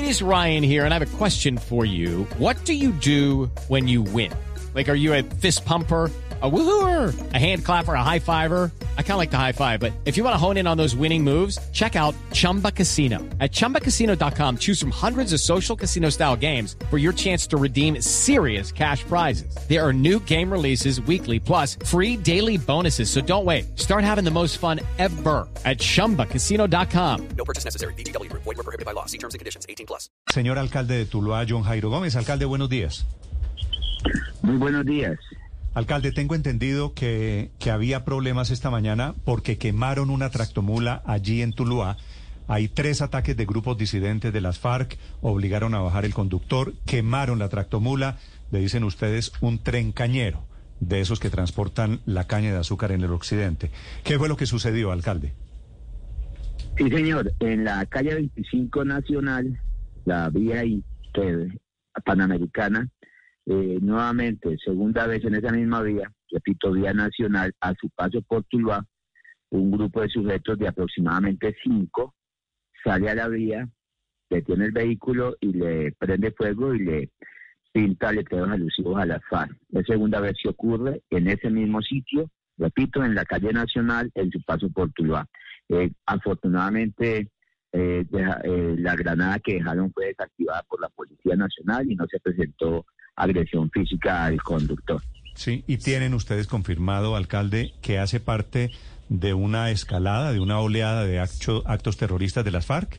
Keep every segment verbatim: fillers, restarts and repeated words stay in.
It is Ryan here, and I have a question for you. What do you do when you win? Like, are you a fist pumper, a woohooer, a hand clapper, a high fiver? I kind of like the high five, but if you want to hone in on those winning moves, check out Chumba Casino. At chumba casino dot com, choose from hundreds of social casino style games for your chance to redeem serious cash prizes. There are new game releases weekly, plus free daily bonuses. So don't wait. Start having the most fun ever at chumba casino dot com. No purchase necessary. V G W Group. Void where prohibited by law. See terms and conditions. eighteen plus. Señor alcalde de Tuluá, John Jairo Gómez. Alcalde, buenos días. Muy buenos días. Alcalde, tengo entendido que, que había problemas esta mañana porque quemaron una tractomula allí en Tuluá. Hay tres ataques de grupos disidentes de las FARC, obligaron a bajar el conductor, quemaron la tractomula, le dicen ustedes un tren cañero, de esos que transportan la caña de azúcar en el occidente. ¿Qué fue lo que sucedió, alcalde? Sí, señor, en la calle veinticinco Nacional, la vía inter panamericana, Eh, nuevamente, segunda vez en esa misma vía, repito, vía nacional, a su paso por Tuluá, un grupo de sujetos de aproximadamente cinco sale a la vía, detiene el vehículo y le prende fuego y le pinta letreros alusivos a las FARC. Es segunda vez que ocurre en ese mismo sitio, repito, en la calle nacional, en su paso por Tuluá. Eh, afortunadamente, eh, deja, eh, la granada que dejaron fue desactivada por la Policía Nacional y no se presentó agresión física al conductor. Sí, y tienen ustedes confirmado, alcalde, que hace parte de una escalada, de una oleada de acto, actos terroristas de las FARC.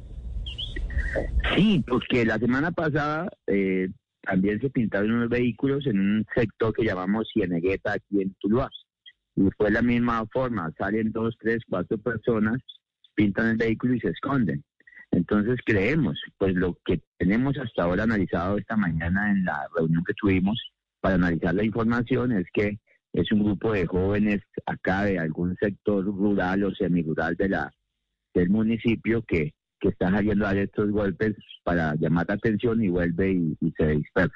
Sí, porque la semana pasada eh, también se pintaron unos vehículos en un sector que llamamos Cienegueta aquí en Tuluá. Y fue la misma forma, salen dos, tres, cuatro personas, pintan el vehículo y se esconden. Entonces creemos, pues lo que tenemos hasta ahora analizado esta mañana en la reunión que tuvimos para analizar la información es que es un grupo de jóvenes acá de algún sector rural o semirural de la del municipio que, que están saliendo a dar estos golpes para llamar la atención y vuelve y, y se dispersa.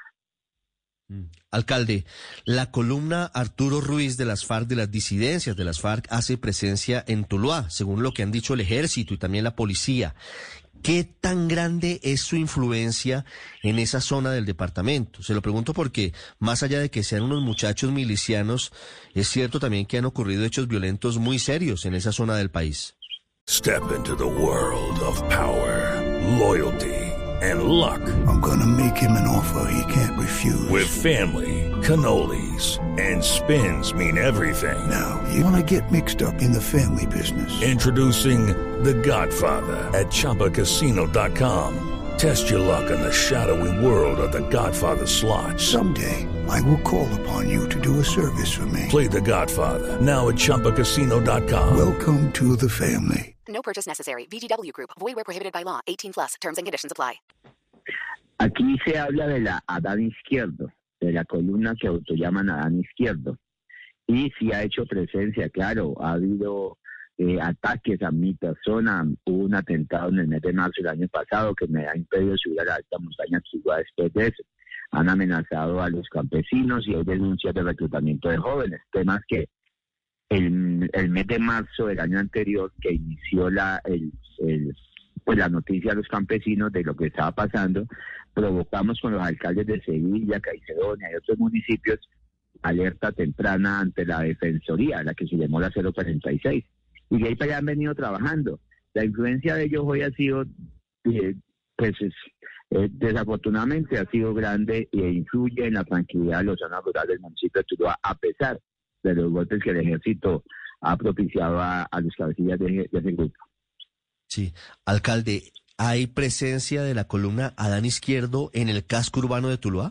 Alcalde, la columna Arturo Ruiz de las FARC, de las disidencias de las FARC, hace presencia en Tuluá, según lo que han dicho el ejército y también la policía. ¿Qué tan grande es su influencia en esa zona del departamento? Se lo pregunto porque, más allá de que sean unos muchachos milicianos, es cierto también que han ocurrido hechos violentos muy serios en esa zona del país. Step into the world of power, loyalty, and luck. I'm gonna make him an offer he can't refuse. With family, cannolis, and spins mean everything. Now, you wanna get mixed up in the family business. Introducing The Godfather at Chumba Casino dot com. Test your luck in the shadowy world of The Godfather slot. Someday, I will call upon you to do a service for me. Play The Godfather, now at Chumba Casino dot com. Welcome to the family. No purchase necessary. V G W Group. Void where prohibited by law. eighteen plus. Terms and conditions apply. Aquí se habla de la Adán Izquierdo, de la columna que autollaman Adán Izquierdo. Y sí ha hecho presencia, claro, ha habido eh, ataques a mi persona. Hubo un atentado en el mes de marzo del año pasado que me ha impedido subir a la alta montaña Tuluá después de eso. Han amenazado a los campesinos y hay denuncias de reclutamiento de jóvenes, temas que el, el mes de marzo del año anterior, que inició la, el, el, pues la noticia a los campesinos de lo que estaba pasando, provocamos con los alcaldes de Sevilla, Caicedonia y otros municipios alerta temprana ante la Defensoría, la que se llamó la cero cuarenta y seis. Y de ahí para allá han venido trabajando. La influencia de ellos hoy ha sido, eh, pues es, eh, desafortunadamente ha sido grande e influye en la tranquilidad de los zonas rurales del municipio de Tuluá, a pesar de los golpes que el ejército ha propiciado a, a los cabecillas de, de ese grupo. Sí, alcalde, ¿hay presencia de la columna Adán Izquierdo en el casco urbano de Tuluá?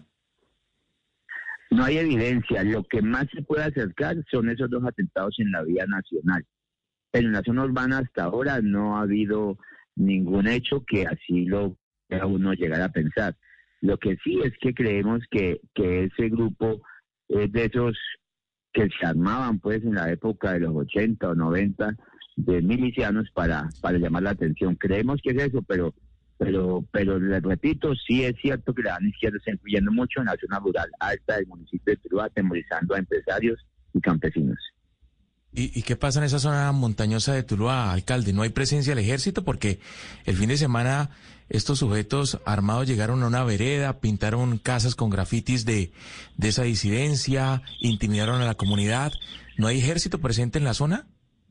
No hay evidencia. Lo que más se puede acercar son esos dos atentados en la vía nacional. Pero en la zona urbana hasta ahora no ha habido ningún hecho que así lo pueda uno llegar a pensar. Lo que sí es que creemos que, que ese grupo es de esos que se armaban pues en la época de los ochenta o noventa de milicianos para, para llamar la atención. Creemos que es eso, pero pero pero les repito, sí es cierto que la izquierda está influyendo mucho en la zona rural alta del municipio de Tuluá, atemorizando a empresarios y campesinos. ¿Y, ¿Y qué pasa en esa zona montañosa de Tuluá, alcalde? ¿No hay presencia del ejército? Porque el fin de semana estos sujetos armados llegaron a una vereda, pintaron casas con grafitis de, de esa disidencia, intimidaron a la comunidad. ¿No hay ejército presente en la zona?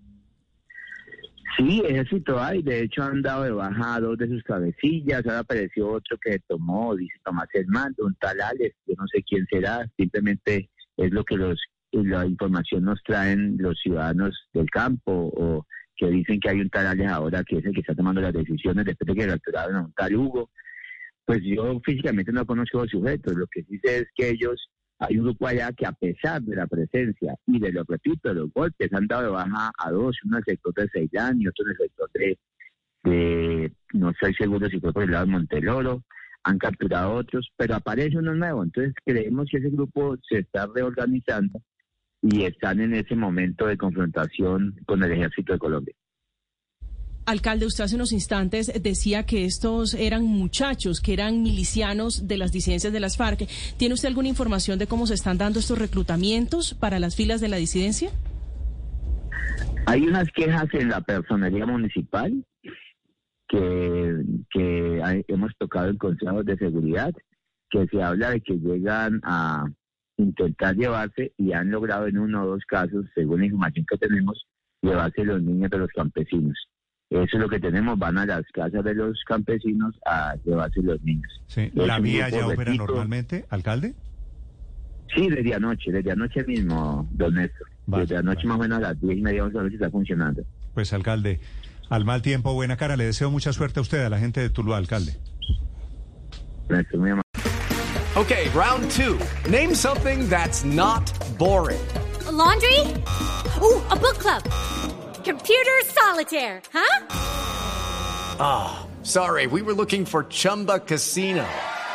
Sí, ejército hay. De hecho, han dado de baja a dos de sus cabecillas. Ahora apareció otro que tomó, dice Tomás el mando, un tal Alex. Yo no sé quién será. Simplemente es lo que los la información nos traen los ciudadanos del campo, o que dicen que hay un tal Alex ahora que es el que está tomando las decisiones después de que capturaron a un tal Hugo. Pues yo físicamente no conozco a los sujetos. Lo que sí sé es que ellos, hay un grupo allá que a pesar de la presencia y de lo repito, de los golpes, han dado de baja a dos, uno en el sector de Ceilán y otro en el sector de, de no estoy seguro si fue por el lado de Monteloro. Han capturado a otros, pero aparece uno nuevo. Entonces creemos que ese grupo se está reorganizando y están en ese momento de confrontación con el Ejército de Colombia. Alcalde, usted hace unos instantes decía que estos eran muchachos, que eran milicianos de las disidencias de las FARC. ¿Tiene usted alguna información de cómo se están dando estos reclutamientos para las filas de la disidencia? Hay unas quejas en la personería municipal que, que hay, hemos tocado en consejos de seguridad, que se habla de que llegan a intentar llevarse y han logrado en uno o dos casos, según la información que tenemos, llevarse los niños de los campesinos. Eso es lo que tenemos, van a las casas de los campesinos a llevarse los niños. Sí. ¿La vía ya opera normalmente, alcalde? Sí, desde anoche, desde anoche mismo, don Néstor. Vale, desde anoche vale. Más o menos a las diez y media, once de la noche está funcionando. Pues, alcalde, al mal tiempo, buena cara. Le deseo mucha suerte a usted, a la gente de Tuluá, alcalde. Gracias, muy amable. Okay, round two. Name something that's not boring. A laundry? Ooh, a book club. Computer solitaire, huh? Ah, oh, sorry, we were looking for Chumba Casino.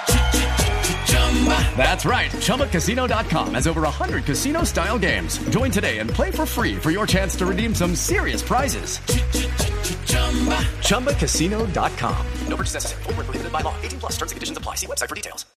That's right, Chumba Casino dot com has over one hundred casino-style games. Join today and play for free for your chance to redeem some serious prizes. Chumba Casino dot com. No purchase necessary. Void where prohibited by law. eighteen plus terms and conditions apply. See website for details.